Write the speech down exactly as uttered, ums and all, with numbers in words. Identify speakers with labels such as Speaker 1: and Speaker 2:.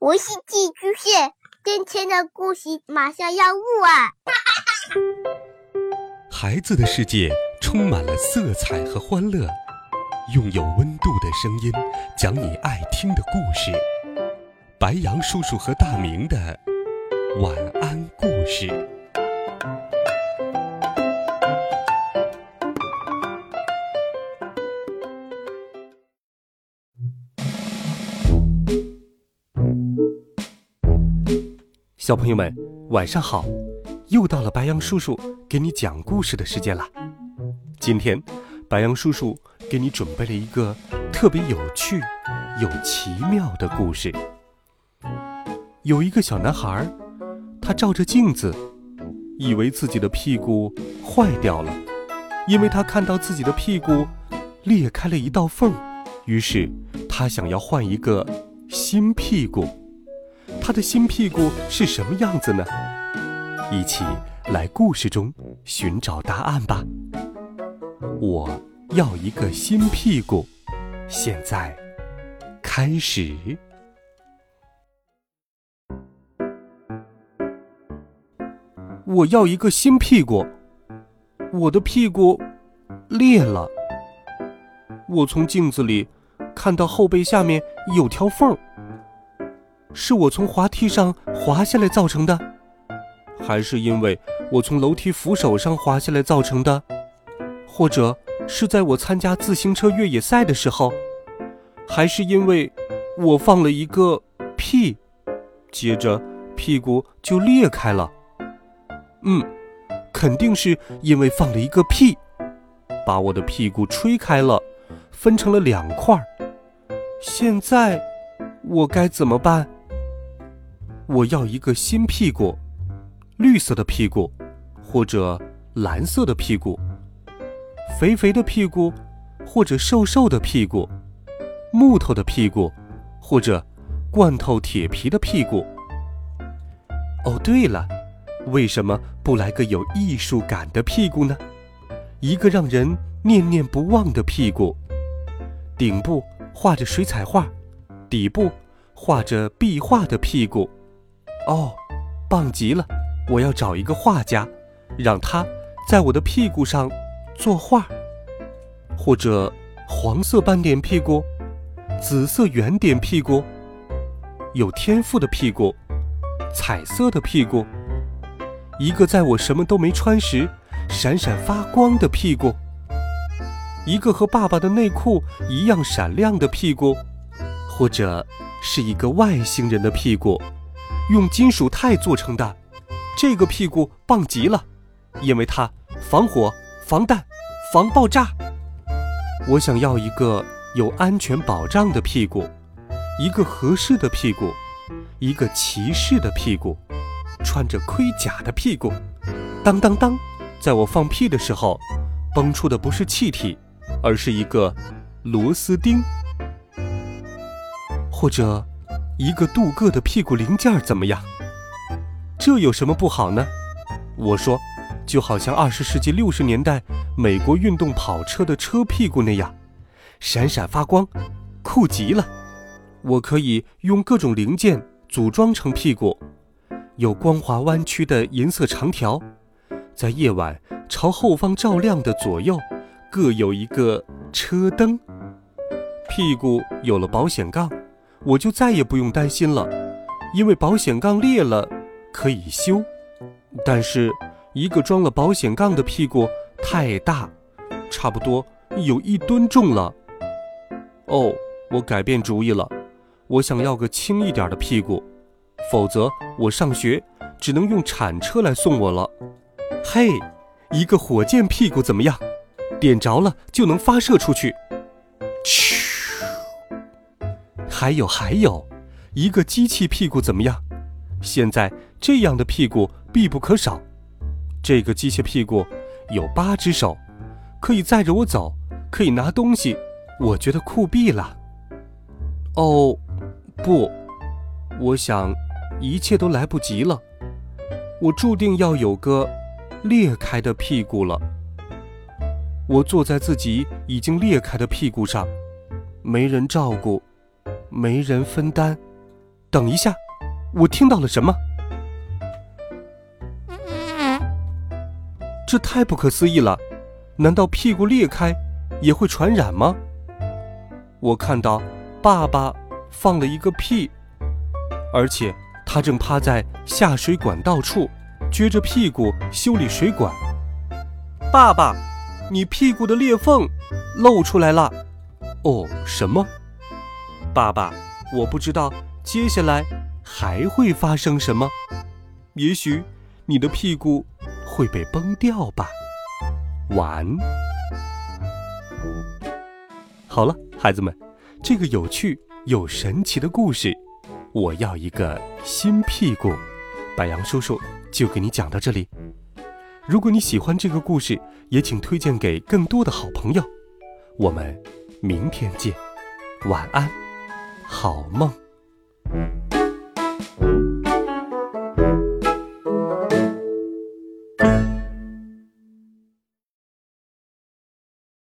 Speaker 1: 我是寄居蟹，今天的故事马上要录啊！
Speaker 2: 孩子的世界充满了色彩和欢乐，用有温度的声音讲你爱听的故事。白羊叔叔和大明的晚安故事。小朋友们，晚上好！又到了白羊叔叔给你讲故事的时间了。今天，白羊叔叔给你准备了一个特别有趣又奇妙的故事。有一个小男孩，他照着镜子，以为自己的屁股坏掉了，因为他看到自己的屁股裂开了一道缝，于是他想要换一个新屁股。他的新屁股是什么样子呢？一起来故事中寻找答案吧。我要一个新屁股，现在开始。我要一个新屁股，我的屁股裂了。我从镜子里看到后背下面有条缝，是我从滑梯上滑下来造成的，还是因为我从楼梯扶手上滑下来造成的，或者是在我参加自行车越野赛的时候，还是因为我放了一个屁，接着屁股就裂开了。嗯，肯定是因为放了一个屁，把我的屁股吹开了，分成了两块。现在我该怎么办？我要一个新屁股，绿色的屁股，或者蓝色的屁股，肥肥的屁股，或者瘦瘦的屁股，木头的屁股，或者罐头铁皮的屁股。哦，对了，为什么不来个有艺术感的屁股呢？一个让人念念不忘的屁股，顶部画着水彩画，底部画着壁画的屁股。哦，棒极了！我要找一个画家，让他在我的屁股上作画，或者黄色斑点屁股，紫色圆点屁股，有天赋的屁股，彩色的屁股，一个在我什么都没穿时闪闪发光的屁股，一个和爸爸的内裤一样闪亮的屁股，或者是一个外星人的屁股，用金属钛做成的。这个屁股棒极了，因为它防火、防弹、防爆炸。我想要一个有安全保障的屁股，一个合适的屁股，一个骑士的屁股，穿着盔甲的屁股。当当当，在我放屁的时候，崩出的不是气体，而是一个螺丝钉。或者一个镀铬的屁股零件怎么样？这有什么不好呢？我说，就好像二十世纪六十年代美国运动跑车的车屁股那样，闪闪发光，酷极了。我可以用各种零件组装成屁股，有光滑弯曲的银色长条，在夜晚朝后方照亮的左右各有一个车灯。屁股有了保险杠，我就再也不用担心了，因为保险杠裂了可以修。但是一个装了保险杠的屁股太大，差不多有一吨重了。哦，我改变主意了，我想要个轻一点的屁股，否则我上学只能用铲车来送我了。嘿，一个火箭屁股怎么样？点着了就能发射出去。嘘。还有还有，一个机器屁股怎么样？现在这样的屁股必不可少。这个机械屁股有八只手，可以载着我走，可以拿东西，我觉得酷毙了。哦，不，我想一切都来不及了，我注定要有个裂开的屁股了。我坐在自己已经裂开的屁股上，没人照顾，没人分担， 等一下，我听到了什么？这太不可思议了，难道屁股裂开也会传染吗？我看到爸爸放了一个屁，而且他正趴在下水管道处，撅着屁股修理水管。爸爸，你屁股的裂缝露出来了。哦，什么？爸爸，我不知道接下来还会发生什么，也许你的屁股会被崩掉吧。完。好了，孩子们，这个有趣又神奇的故事，我要一个新屁股，白杨叔叔就给你讲到这里。如果你喜欢这个故事，也请推荐给更多的好朋友。我们明天见，晚安，好梦。